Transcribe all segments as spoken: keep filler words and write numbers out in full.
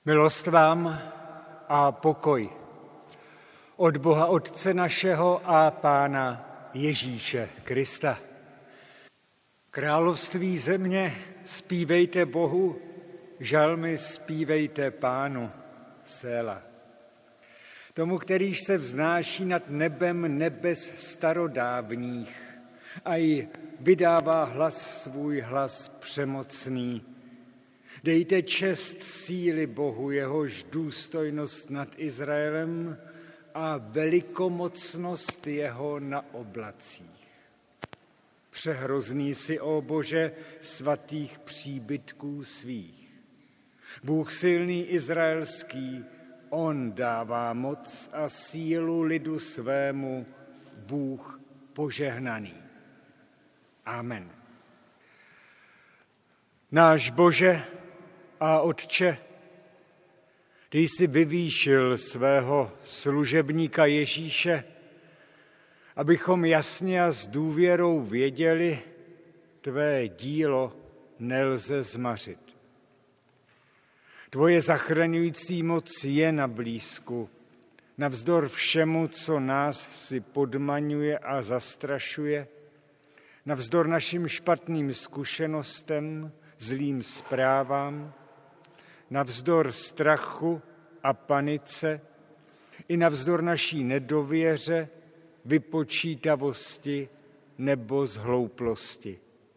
Milost vám a pokoj od Boha Otce našeho a Pána Ježíše Krista. Království země zpívejte Bohu, žalmy zpívejte Pánu, Séla. Tomu, kterýž se vznáší nad nebem nebes starodávných a i vydává hlas svůj hlas přemocný. Dejte čest síly Bohu, jehož důstojnost nad Izraelem a velikomocnost jeho na oblacích. Přehrozný si, ó Bože, svatých příbytků svých. Bůh silný izraelský, on dává moc a sílu lidu svému, Bůh požehnaný. Amen. Náš Bože a Otče, ty jsi vyvýšil svého služebníka Ježíše, abychom jasně a s důvěrou věděli, tvé dílo nelze zmařit. Tvoje zachraňující moc je na blízku, navzdor všemu, co nás si podmaňuje a zastrašuje, navzdor našim špatným zkušenostem, zlým zprávám, navzdor strachu a panice, i navzdor naší nedověře, vypočítavosti nebo zhlouplosti.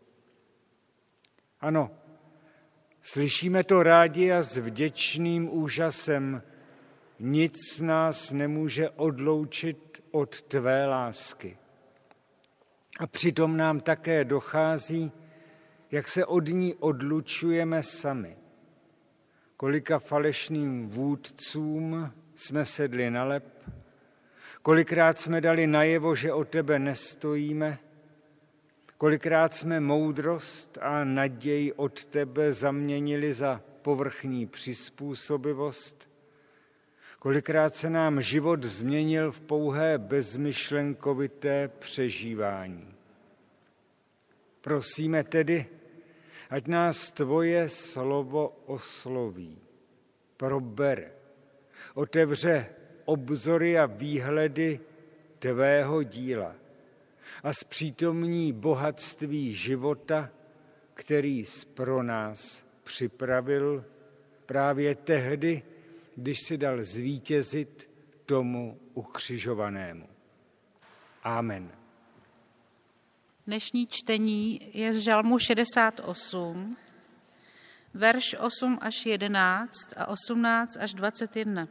Ano, slyšíme to rádi a s vděčným úžasem, nic nás nemůže odloučit od tvé lásky. A přitom nám také dochází, jak se od ní odlučujeme sami. Kolika falešným vůdcům jsme sedli na lep, kolikrát jsme dali najevo, že o tebe nestojíme, kolikrát jsme moudrost a naději od tebe zaměnili za povrchní přizpůsobivost, kolikrát se nám život změnil v pouhé bezmyšlenkovité přežívání. Prosíme tedy, ať nás tvoje slovo osloví, probere, otevře obzory a výhledy tvého díla a zpřítomní bohatství života, který jsi pro nás připravil právě tehdy, když si dal zvítězit tomu ukřižovanému. Amen. Dnešní čtení je z Žalmu šedesát osm, verš osm až jedenáct a osmnáct až dvacet jedna.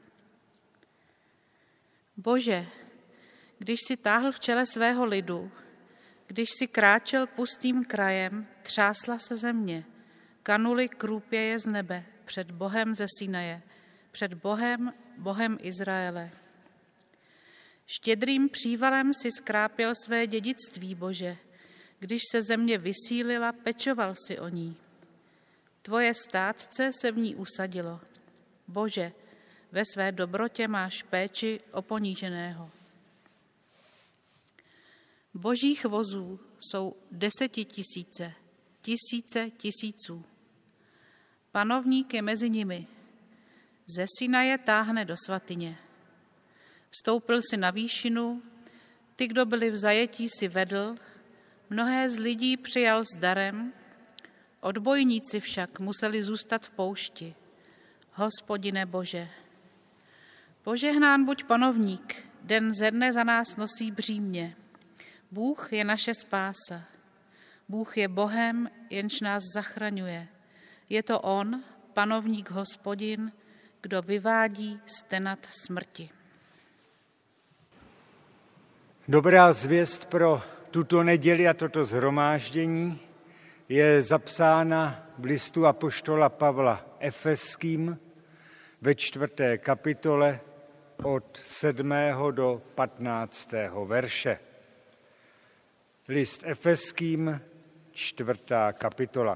Bože, když jsi táhl v čele svého lidu, když jsi kráčel pustým krajem, třásla se země, kanuly krůpěje z nebe před Bohem ze Sinaje, před Bohem, Bohem Izraele. Štědrým přívalem si skrápěl své dědictví, Bože, když se země vysílila, pečoval si o ní. Tvoje státce se v ní usadilo. Bože, ve své dobrotě máš péči o poníženého. Božích vozů jsou desetitisíce, tisíce tisíců. Panovník je mezi nimi. Ze Sinaje táhne do svatyně. Vstoupil si na výšinu, ty, kdo byli v zajetí, si vedl, mnohé z lidí přijal s darem, odbojníci však museli zůstat v poušti. Hospodine Bože. Požehnán buď panovník, den ze dne za nás nosí břímě. Bůh je naše spása. Bůh je Bohem, jenž nás zachraňuje. Je to on, panovník Hospodin, kdo vyvádí z tenat smrti. Dobrá zvěst pro tuto neděli a toto shromáždění je zapsána v listu apoštola Pavla Efeským ve čtvrté kapitole od sedmého do patnáctého verše. List Efeským, čtvrtá kapitola.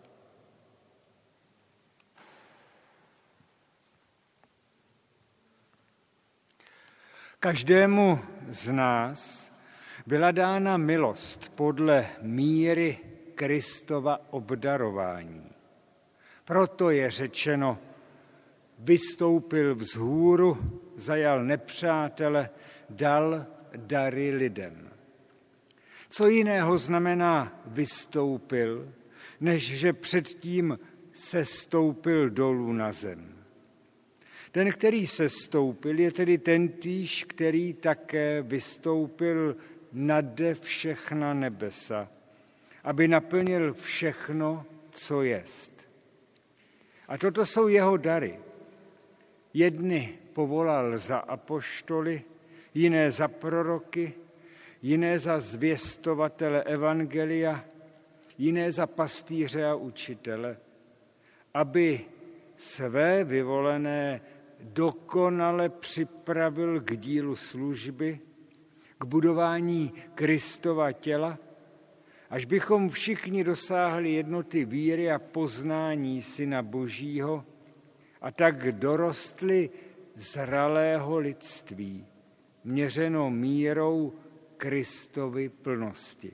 Každému z nás byla dána milost podle míry Kristova obdarování. Proto je řečeno, vystoupil vzhůru, zajal nepřátele, dal dary lidem. Co jiného znamená vystoupil, než že předtím sestoupil dolů na zem. Ten, který sestoupil, je tedy tentýž, který také vystoupil nade všechna nebesa, aby naplnil všechno, co jest. A toto jsou jeho dary. Jedny povolal za apoštoly, jiné za proroky, jiné za zvěstovatele evangelia, jiné za pastýře a učitele, aby své vyvolené dokonale připravil k dílu služby, k budování Kristova těla, až bychom všichni dosáhli jednoty víry a poznání Syna Božího a tak dorostli zralého lidství, měřeno mírou Kristovy plnosti.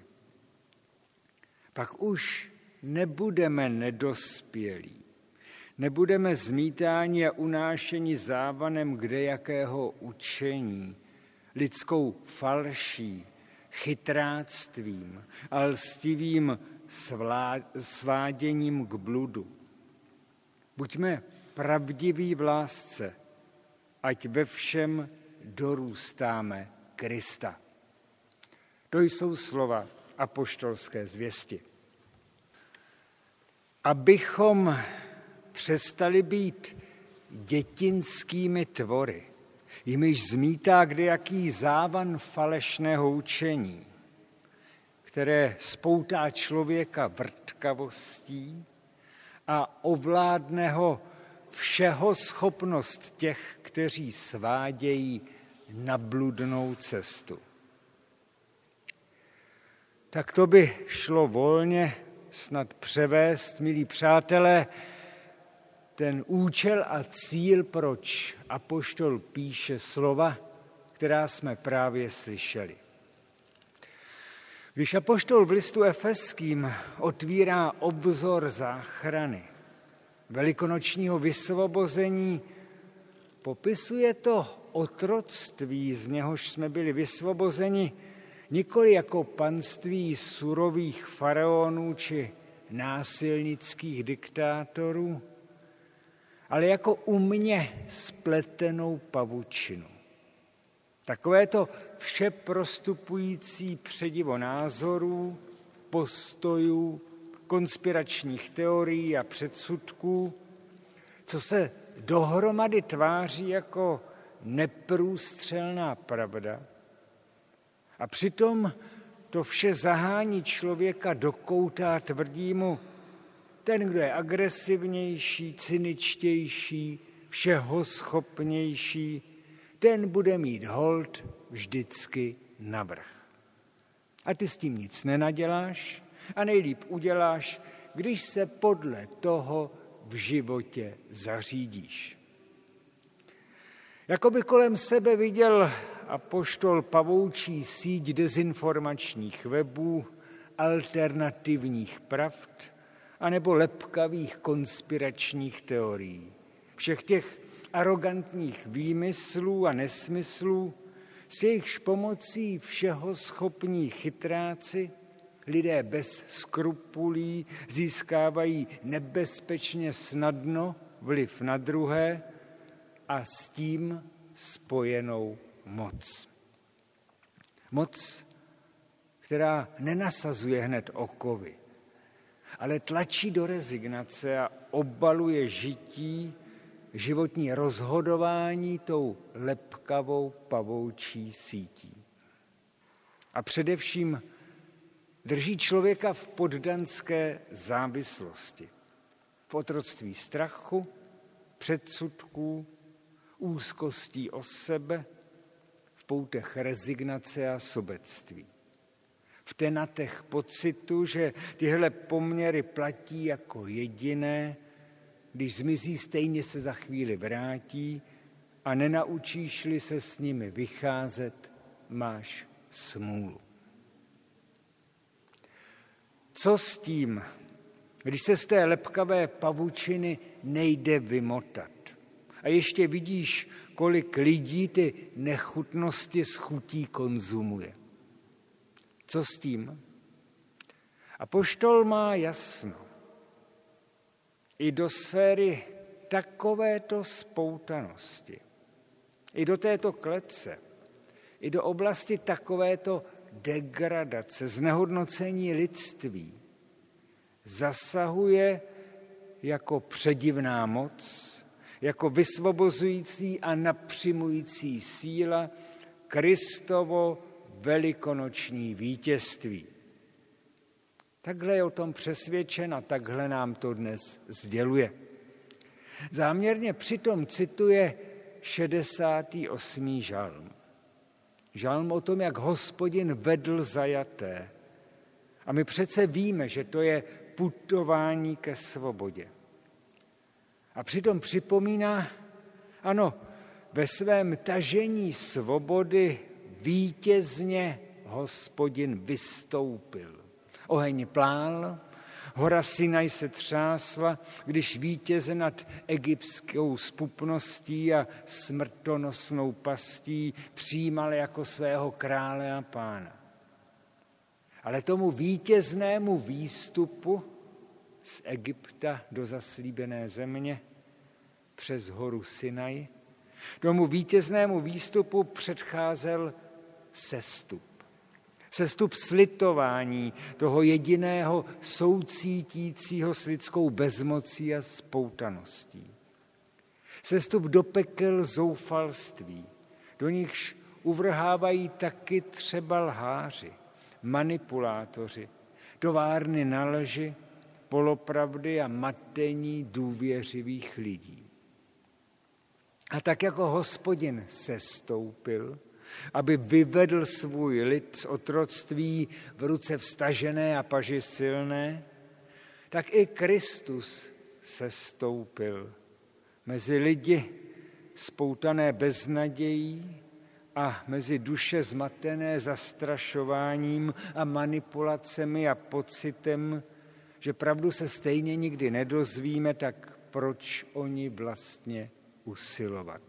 Pak už nebudeme nedospělí, nebudeme zmítáni a unášeni závanem kdejakého učení, lidskou falší, chytráctvím a lstivým sváděním k bludu. Buďme pravdiví v lásce, ať ve všem dorůstáme Krista. To jsou slova apoštolské zvěsti. Abychom přestali být dětinskými tvory, jimiž zmítá kdejaký závan falešného učení, které spoutá člověka vrtkavostí a ovládne ho všeho schopnost těch, kteří svádějí na bludnou cestu. Tak to by šlo volně snad převést, milí přátelé, ten účel a cíl, proč apoštol píše slova, která jsme právě slyšeli. Když apoštol v listu Efeským otvírá obzor záchrany, velikonočního vysvobození, popisuje to otroctví, z něhož jsme byli vysvobozeni, nikoli jako panství surových faraonů či násilnických diktátorů, ale jako umně spletenou pavučinu. Takovéto vše prostupující předivo názorů, postojů, konspiračních teorií a předsudků, co se dohromady tváří jako neprůstřelná pravda. A přitom to vše zahání člověka do kouta a tvrdí mu, ten, kdo je agresivnější, cyničtější, všeho schopnější, ten bude mít hold vždycky navrch. A ty s tím nic nenaděláš a nejlíp uděláš, když se podle toho v životě zařídíš. Jakoby kolem sebe viděl apoštol pavoučí síť dezinformačních webů, alternativních pravd anebo lepkavých konspiračních teorií. Všech těch arogantních výmyslů a nesmyslů, s jejichž pomocí všeho schopní chytráci, lidé bez skrupulí, získávají nebezpečně snadno vliv na druhé a s tím spojenou moc. Moc, která nenasazuje hned okovy, ale tlačí do rezignace a obaluje žití, životní rozhodování tou lepkavou pavoučí sítí. A především drží člověka v poddanské závislosti, v otroctví strachu, předsudků, úzkostí o sebe, v poutech rezignace a sobectví. V tenatech pocitu, že tyhle poměry platí jako jediné, když zmizí, stejně se za chvíli vrátí a nenaučíš-li se s nimi vycházet, máš smůlu. Co s tím, když se z té lepkavé pavučiny nejde vymotat A ještě vidíš, kolik lidí ty nechutnosti s chutí konzumuje. Co s tím? Apoštol má jasno. I do sféry takovéto spoutanosti, i do této klece, i do oblasti takovéto degradace, znehodnocení lidství zasahuje jako předivná moc, jako vysvobozující a napřimující síla Kristovo velikonoční vítězství. Takhle je o tom přesvědčen a takhle nám to dnes sděluje. Záměrně přitom cituje šedesátý osmý žalm. Žalm o tom, jak Hospodin vedl zajaté. A my přece víme, že to je putování ke svobodě. A přitom připomíná, ano, ve svém tažení svobody vítězně Hospodin vystoupil. Oheň plál, hora Sinaj se třásla, když vítěze nad egyptskou zpupností a smrtonosnou pastí přijímal jako svého krále a pána. Ale tomu vítěznému výstupu z Egypta do zaslíbené země přes horu Sinaj, tomu vítěznému výstupu předcházel sestup. Sestup slitování toho jediného soucítícího s lidskou bezmocí a spoutaností. Sestup do pekel zoufalství, do nichž uvrhávají taky třeba lháři, manipulátoři, továrny na lži, polopravdy a matení důvěřivých lidí. A tak jako Hospodin sestoupil, aby vyvedl svůj lid z otroctví v ruce vstažené a paži silné, tak i Kristus sestoupil mezi lidi spoutané beznadějí a mezi duše zmatené zastrašováním a manipulacemi a pocitem, že pravdu se stejně nikdy nedozvíme, tak proč oni vlastně usilovat.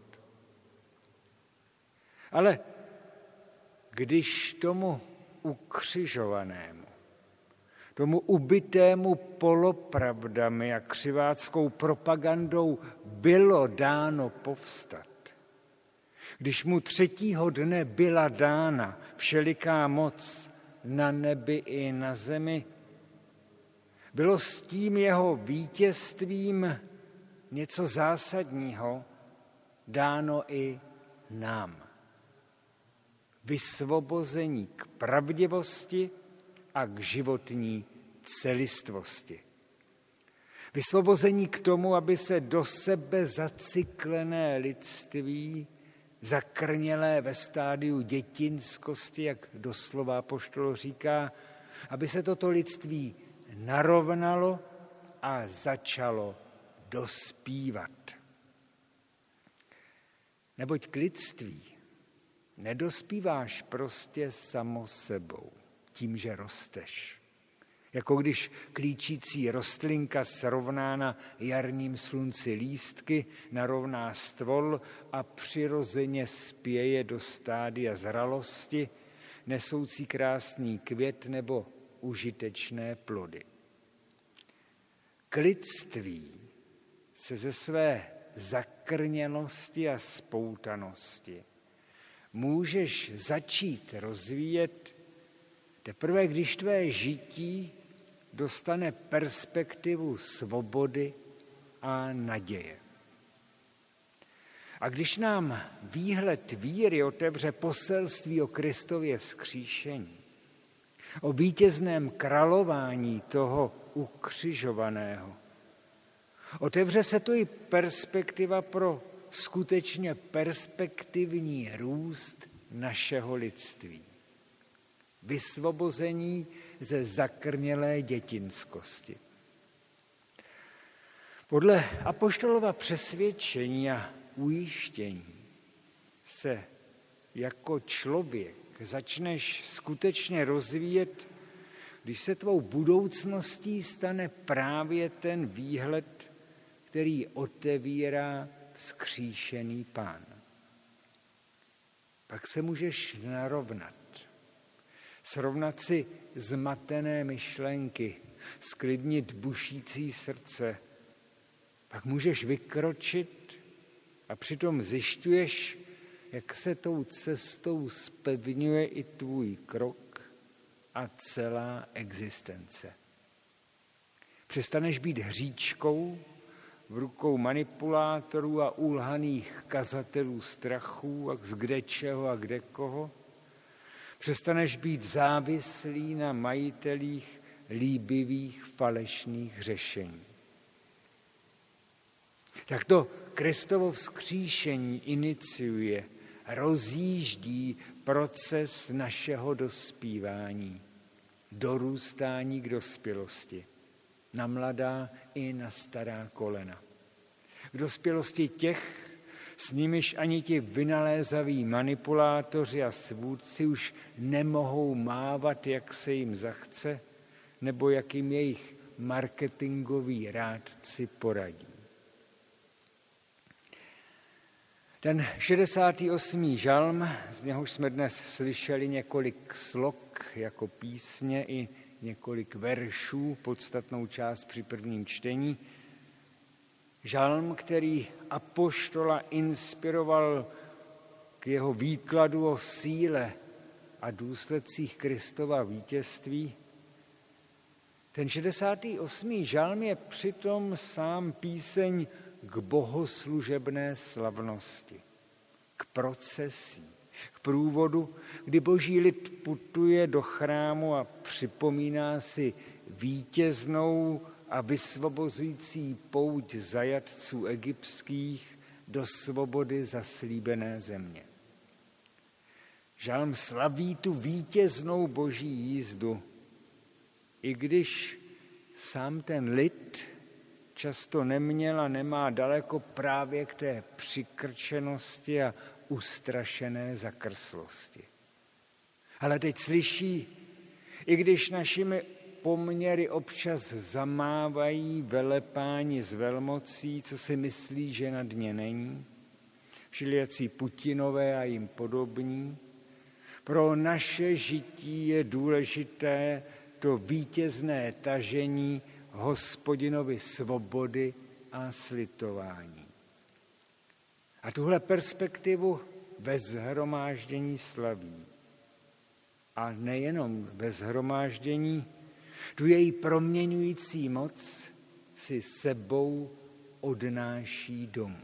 Ale když tomu ukřižovanému, tomu ubitému polopravdami a křiváckou propagandou bylo dáno povstat, když mu třetího dne byla dána všeliká moc na nebi i na zemi, bylo s tím jeho vítězstvím něco zásadního dáno i nám. Vysvobození k pravdivosti a k životní celistvosti. Vysvobození k tomu, aby se do sebe zacyklené lidství, zakrnělé ve stádiu dětinskosti, jak doslova apoštol říká, aby se toto lidství narovnalo a začalo dospívat. Neboť k lidství nedospíváš prostě samo sebou, tím, že rosteš. Jako když klíčící rostlinka srovná na jarním slunci lístky, narovná stvol a přirozeně spěje do stádia zralosti, nesoucí krásný květ nebo užitečné plody. K lidství se ze své zakrnělosti a spoutanosti můžeš začít rozvíjet teprve, když tvé žití dostane perspektivu svobody a naděje. A když nám výhled víry otevře poselství o Kristově vzkříšení, o vítězném králování toho ukřižovaného, otevře se tu i perspektiva pro skutečně perspektivní růst našeho lidství. Vysvobození ze zakrnělé dětinskosti. Podle apoštolova přesvědčení a ujištění se jako člověk začneš skutečně rozvíjet, když se tvou budoucností stane právě ten výhled, který otevírá vzkříšený Pán. Pak se můžeš narovnat. Srovnat si zmatené myšlenky, sklidnit bušící srdce. Pak můžeš vykročit a přitom zjišťuješ, jak se tou cestou zpevňuje i tvůj krok a celá existence. Přestaneš být hříčkou v rukou manipulátorů a úlhaných kazatelů strachů a z kde čeho a kde koho. Přestaneš být závislý na majitelích líbivých falešných řešení. Tak to Kristovo vzkříšení iniciuje, rozjíždí proces našeho dospívání, dorůstání k dospělosti, na mladá i na stará kolena. K dospělosti těch, s nimiž ani ti vynalézaví manipulátoři a svůdci už nemohou mávat, jak se jim zachce, nebo jak jim jejich marketingoví rádci poradí. Ten šedesátý osmý žalm, z něhož jsme dnes slyšeli několik slok jako písně i několik veršů, podstatnou část při prvním čtení. Žalm, který apoštola inspiroval k jeho výkladu o síle a důsledcích Kristova vítězství. Ten šedesátý osmý žalm je přitom sám píseň k bohoslužebné slavnosti, k procesí, k průvodu, kdy boží lid putuje do chrámu a připomíná si vítěznou a vysvobozující pouť zajatců egyptských do svobody zaslíbené země. Žalm slaví tu vítěznou boží jízdu, i když sám ten lid často neměl a nemá daleko právě k té přikrčenosti a ustrašené zakrslosti. Ale teď slyší, i když našimi poměry občas zamávají velepáni z velmocí, co si myslí, že na dně není, všelijací Putinové a jim podobní, pro naše žití je důležité to vítězné tažení Hospodinovi svobody a slitování. A tuhle perspektivu ve shromáždění slaví. A nejenom ve shromáždění, tu její proměňující moc si sebou odnáší domů.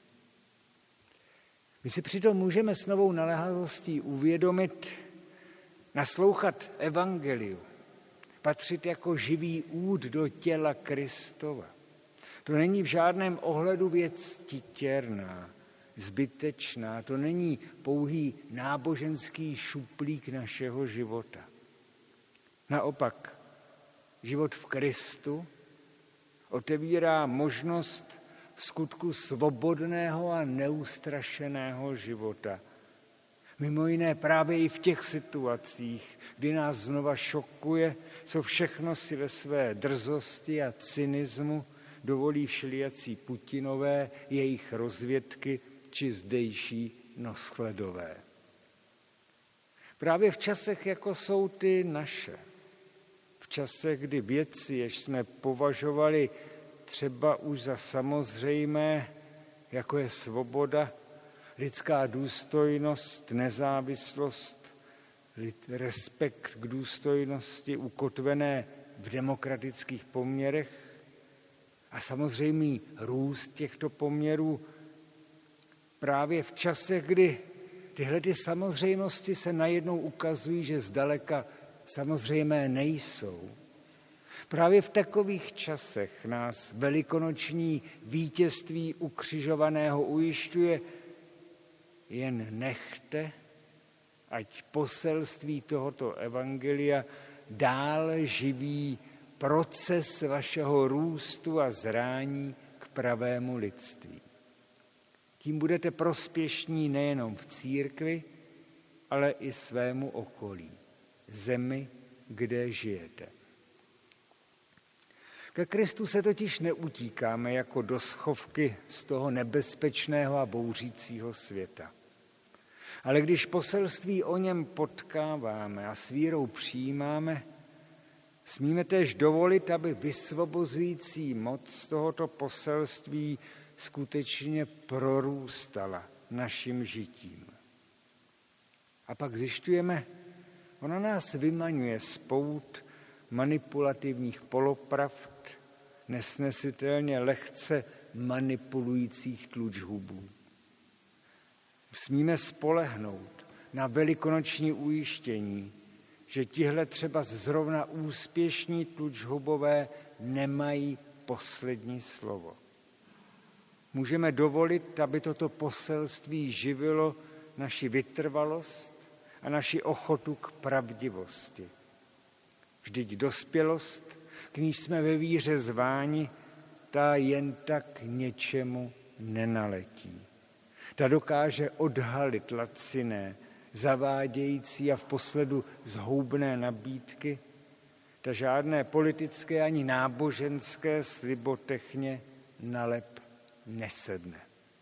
My si přitom můžeme s novou naléhavostí uvědomit, naslouchat evangeliu, patřit jako živý úd do těla Kristova. To není v žádném ohledu věc titěrná, zbytečná, to není pouhý náboženský šuplík našeho života. Naopak, život v Kristu otevírá možnost v skutku svobodného a neustrašeného života. Mimo jiné právě i v těch situacích, kdy nás znova šokuje, co všechno si ve své drzosti a cynismu dovolí všelijací Putinové, jejich rozvědky či zdejší noschledové. Právě v časech, jako jsou ty naše, v časech, kdy věci, jež jsme považovali třeba už za samozřejmé, jako je svoboda, lidská důstojnost, nezávislost, respekt k důstojnosti ukotvené v demokratických poměrech a samozřejmý růst těchto poměrů právě v časech, kdy tyhle ty samozřejmosti se najednou ukazují, že zdaleka samozřejmé nejsou. Právě v takových časech nás velikonoční vítězství ukřižovaného ujišťuje, jen nechte, ať poselství tohoto evangelia dál živí proces vašeho růstu a zrání k pravému lidství. Tím budete prospěšní nejenom v církvi, ale i svému okolí, zemi, kde žijete. Ke Kristu se totiž neutíkáme jako do schovky z toho nebezpečného a bouřícího světa. Ale když poselství o něm potkáváme a s vírou přijímáme, smíme též dovolit, aby vysvobozující moc tohoto poselství skutečně prorůstala naším žitím. A pak zjišťujeme, ona nás vymaňuje z pout manipulativních polopravd, nesnesitelně lehce manipulujících tlučhubů. Smíme spolehnout na velikonoční ujištění, že tihle třeba zrovna úspěšní tlučhubové nemají poslední slovo. Můžeme dovolit, aby toto poselství živilo naši vytrvalost a naši ochotu k pravdivosti. Vždyť dospělost, k níž jsme ve víře zváni, ta jen tak něčemu nenaletí. Ta dokáže odhalit laciné, zavádějící a v posledu zhoubné nabídky, ta žádné politické ani náboženské slibotechně na lep nesedne.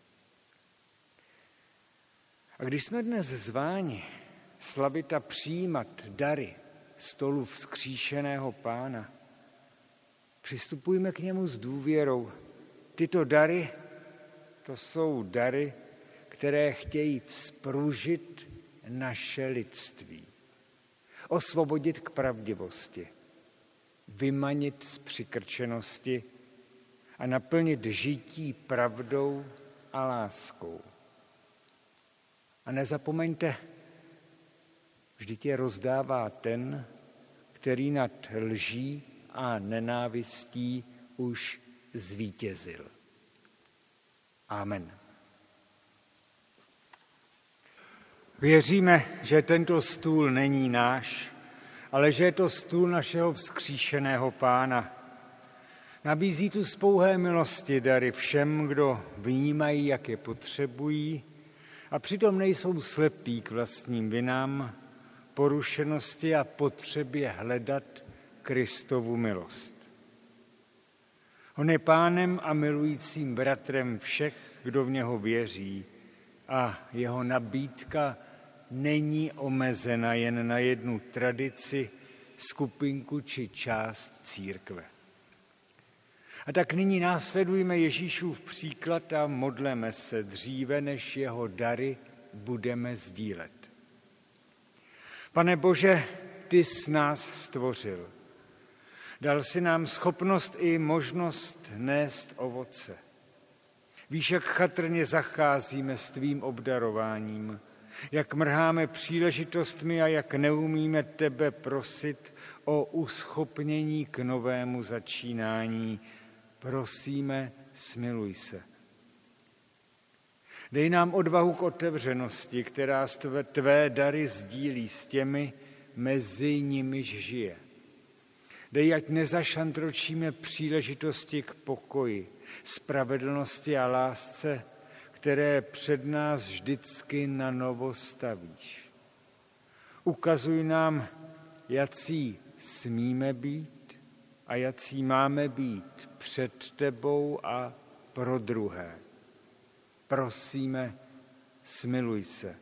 A když jsme dnes zváni slavit a přijímat dary stolu vzkříšeného Pána, přistupujme k němu s důvěrou. Tyto dary, to jsou dary, které chtějí vzpružit naše lidství, osvobodit k pravdivosti, vymanit z přikrčenosti a naplnit žití pravdou a láskou. A nezapomeňte, vždyť je rozdává ten, který nad lží a nenávistí už zvítězil. Amen. Věříme, že tento stůl není náš, ale že je to stůl našeho vzkříšeného Pána. Nabízí tu z pouhé milosti dary všem, kdo vnímají, jak je potřebují, a přitom nejsou slepí k vlastním vinám, porušenosti a potřebě hledat Kristovu milost. On je Pánem a milujícím bratrem všech, kdo v něho věří, a jeho nabídka není omezena jen na jednu tradici, skupinku či část církve. A tak nyní následujme Ježíšův příklad a modleme se dříve, než jeho dary budeme sdílet. Pane Bože, ty jsi nás stvořil. Dal si nám schopnost i možnost nést ovoce. Víš, jak chatrně zacházíme s tvým obdarováním, jak mrháme příležitostmi a jak neumíme tebe prosit o uschopnění k novému začínání. Prosíme, smiluj se. Dej nám odvahu k otevřenosti, která tvé dary sdílí s těmi, mezi nimiž žije. Dej, ať nezašantročíme příležitosti k pokoji, spravedlnosti a lásce, které před nás vždycky na novo stavíš. Ukazuj nám, jací smíme být a jací máme být před tebou a pro druhé. Prosíme, smiluj se.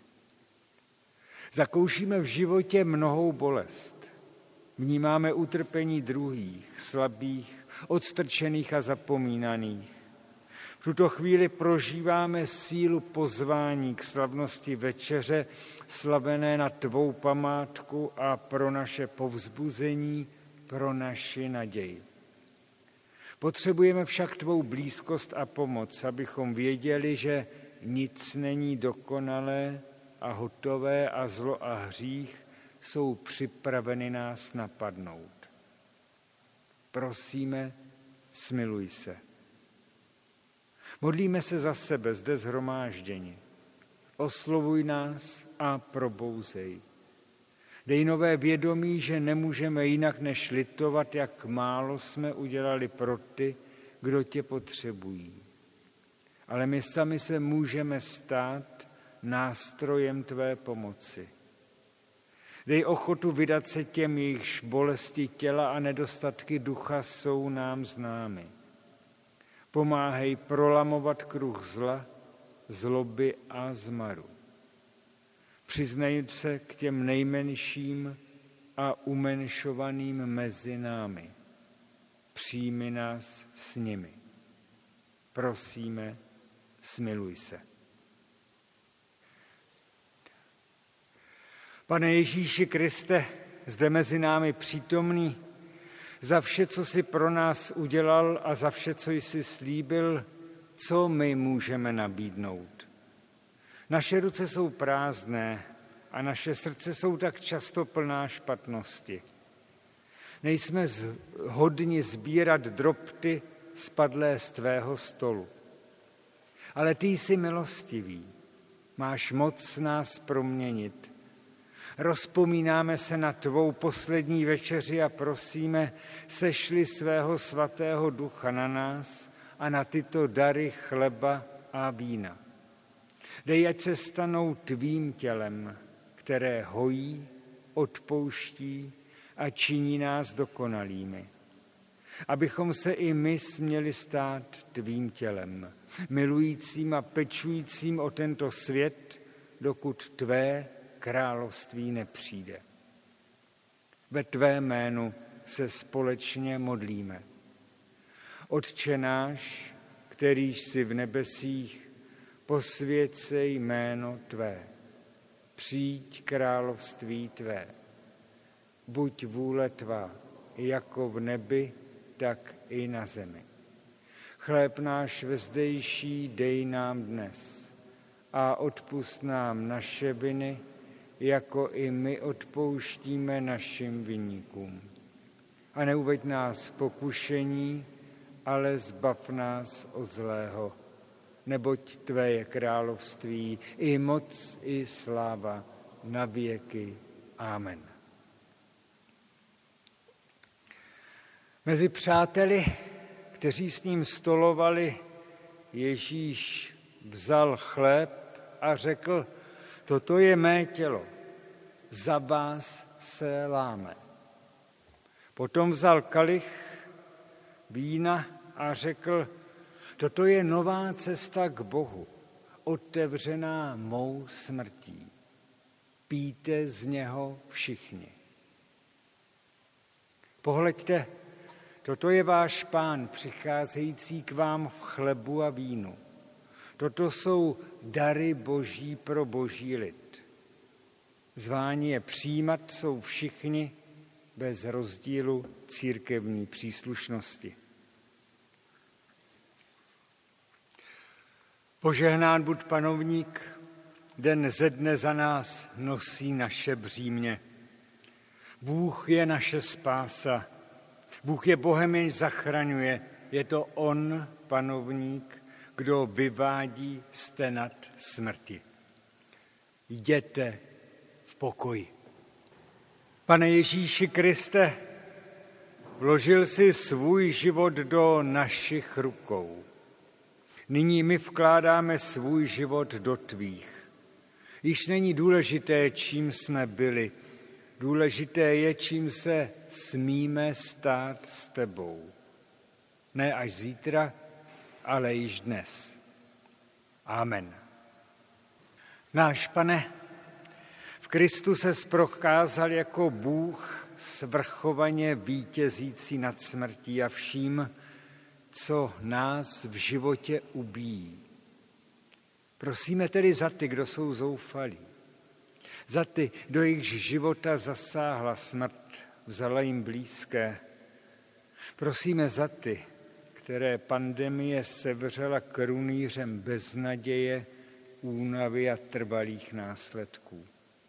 Zakoušíme v životě mnohou bolest. Vnímáme utrpení druhých, slabých, odstrčených a zapomínaných. V tuto chvíli prožíváme sílu pozvání k slavnosti večeře, slavené na tvou památku a pro naše povzbuzení, pro naši naději. Potřebujeme však tvou blízkost a pomoc, abychom věděli, že nic není dokonalé a hotové a zlo a hřích jsou připraveny nás napadnout. Prosíme, smiluj se. Modlíme se za sebe zde shromážděni. Oslovuj nás a probouzej. Dej nové vědomí, že nemůžeme jinak než litovat, jak málo jsme udělali pro ty, kdo tě potřebují. Ale my sami se můžeme stát nástrojem tvé pomoci. Dej ochotu vydat se těm, jejichž bolesti těla a nedostatky ducha jsou nám známy. Pomáhej prolamovat kruh zla, zloby a zmaru. Přiznej se k těm nejmenším a umenšovaným mezi námi. Přijmi nás s nimi. Prosíme, smiluj se. Pane Ježíši Kriste, zde mezi námi přítomný, za vše, co jsi pro nás udělal a za vše, co jsi slíbil, co my můžeme nabídnout. Naše ruce jsou prázdné a naše srdce jsou tak často plná špatnosti. Nejsme hodni sbírat drobty spadlé z tvého stolu. Ale ty jsi milostivý, máš moc nás proměnit. Rozpomínáme se na tvou poslední večeři a prosíme, sešli svého svatého ducha na nás a na tyto dary chleba a vína. Dej, ať se stanou tvým tělem, které hojí, odpouští a činí nás dokonalými. Abychom se i my směli stát tvým tělem, milujícím a pečujícím o tento svět, dokud tvé království nepřijde. Ve tvé jménu se společně modlíme. Otče náš, kterýž jsi v nebesích, posvěť se jméno tvé. Přijď království tvé. Buď vůle tvá, jako v nebi, tak i na zemi. Chléb náš vezdejší dej nám dnes a odpusť nám naše viny, jako i my odpouštíme našim viníkům. A neuveď nás v pokušení, ale zbav nás od zlého. Neboť tvé je království, i moc, i sláva na věky. Amen. Mezi přáteli, kteří s ním stolovali, Ježíš vzal chléb a řekl, toto je mé tělo, za vás se láme. Potom vzal kalich vína a řekl, toto je nová cesta k Bohu, otevřená mou smrtí. Pijte z něho všichni. Pohleďte, toto je váš Pán, přicházející k vám v chlebu a vínu. Toto jsou dary Boží pro Boží lid. Zváni je přijímat jsou všichni bez rozdílu církevní příslušnosti. Požehnán buď panovník, den ze dne za nás nosí naše břímě. Bůh je naše spása. Bůh je Bohem, jenž zachraňuje. Je to on, panovník, kdo vyvádí stenat smrti. Jděte v pokoji. Pane Ježíši Kriste, vložil jsi svůj život do našich rukou. Nyní my vkládáme svůj život do tvých. Již není důležité, čím jsme byli. Důležité je, čím se smíme stát s tebou. Ne až zítra, ale již dnes. Amen. Náš Pane, v Kristu ses prokázal jako Bůh svrchovaně vítězící nad smrtí a vším, co nás v životě ubíjí. Prosíme tedy za ty, kdo jsou zoufalí, za ty, do jejichž života zasáhla smrt, vzala jim blízké. Prosíme za ty, které pandemie sevřela krunýřem beznaděje, únavy a trvalých následků.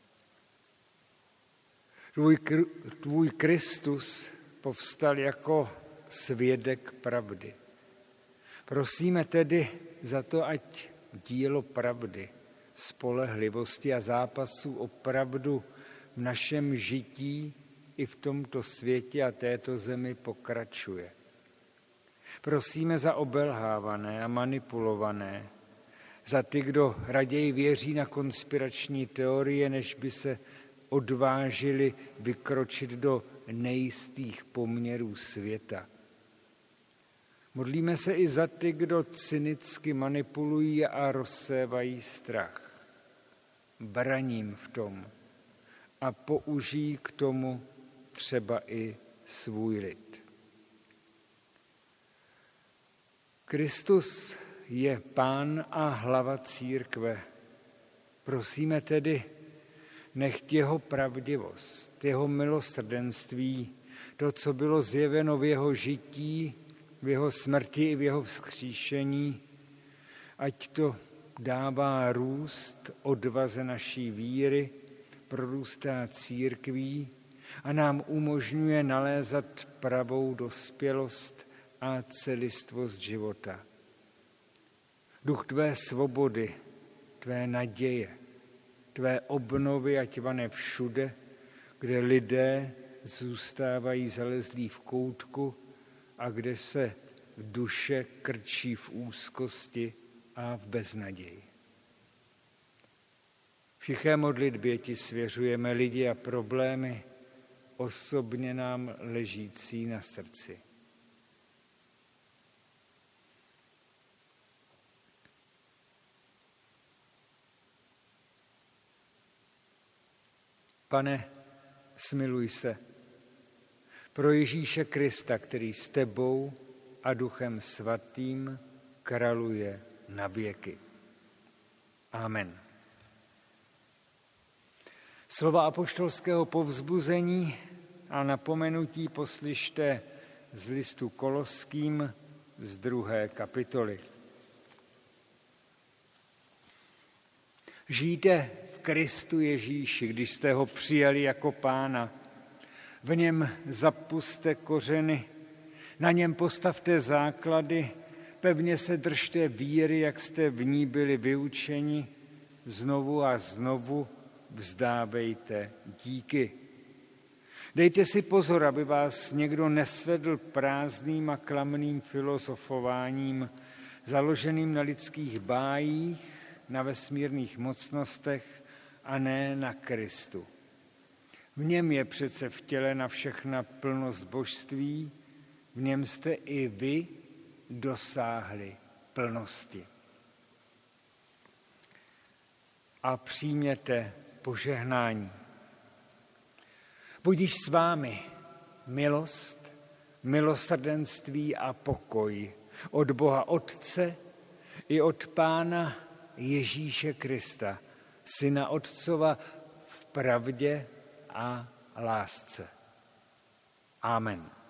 Tvůj, tvůj Kristus povstal jako svědek pravdy. Prosíme tedy za to, ať dílo pravdy, spolehlivosti a zápasů o pravdu v našem žití i v tomto světě a této zemi pokračuje. Prosíme za obelhávané a manipulované, za ty, kdo raději věří na konspirační teorie, než by se odvážili vykročit do nejistých poměrů světa. Modlíme se i za ty, kdo cynicky manipulují a rozsévají strach. Braním v tom a použijí k tomu třeba i svůj lid. Kristus je Pán a hlava církve. Prosíme tedy, nechť jeho pravdivost, jeho milosrdenství, to, co bylo zjeveno v jeho žití, v jeho smrti i v jeho vzkříšení, ať to dává růst odvaze naší víry, prorůstá církví a nám umožňuje nalézat pravou dospělost a celistvost života. Duch tvé svobody, tvé naděje, tvé obnovy ať vane všude, kde lidé zůstávají zalezlí v koutku a kde se duše krčí v úzkosti a v beznaději. V tiché modlitbě ti svěřujeme lidi a problémy osobně nám ležící na srdci. Pane, smiluj se pro Ježíše Krista, který s tebou a Duchem Svatým králuje na věky. Amen. Slova apoštolského povzbuzení a napomenutí poslyšte z listu Koloským z druhé kapitoly. Žijte v Kristu Ježíši, když jste ho přijali jako Pána. V něm zapuste kořeny, na něm postavte základy, pevně se držte víry, jak jste v ní byli vyučeni, znovu a znovu vzdávejte díky. Dejte si pozor, aby vás někdo nesvedl prázdným a klamným filozofováním, založeným na lidských bájích, na vesmírných mocnostech a ne na Kristu. V něm je přece vtělena všechna plnost božství, v něm jste i vy dosáhli plnosti. A přijměte požehnání. Budiž s vámi milost, milosrdenství a pokoj od Boha Otce i od Pána Ježíše Krista, Syna Otcova v pravdě a lásce. Amen.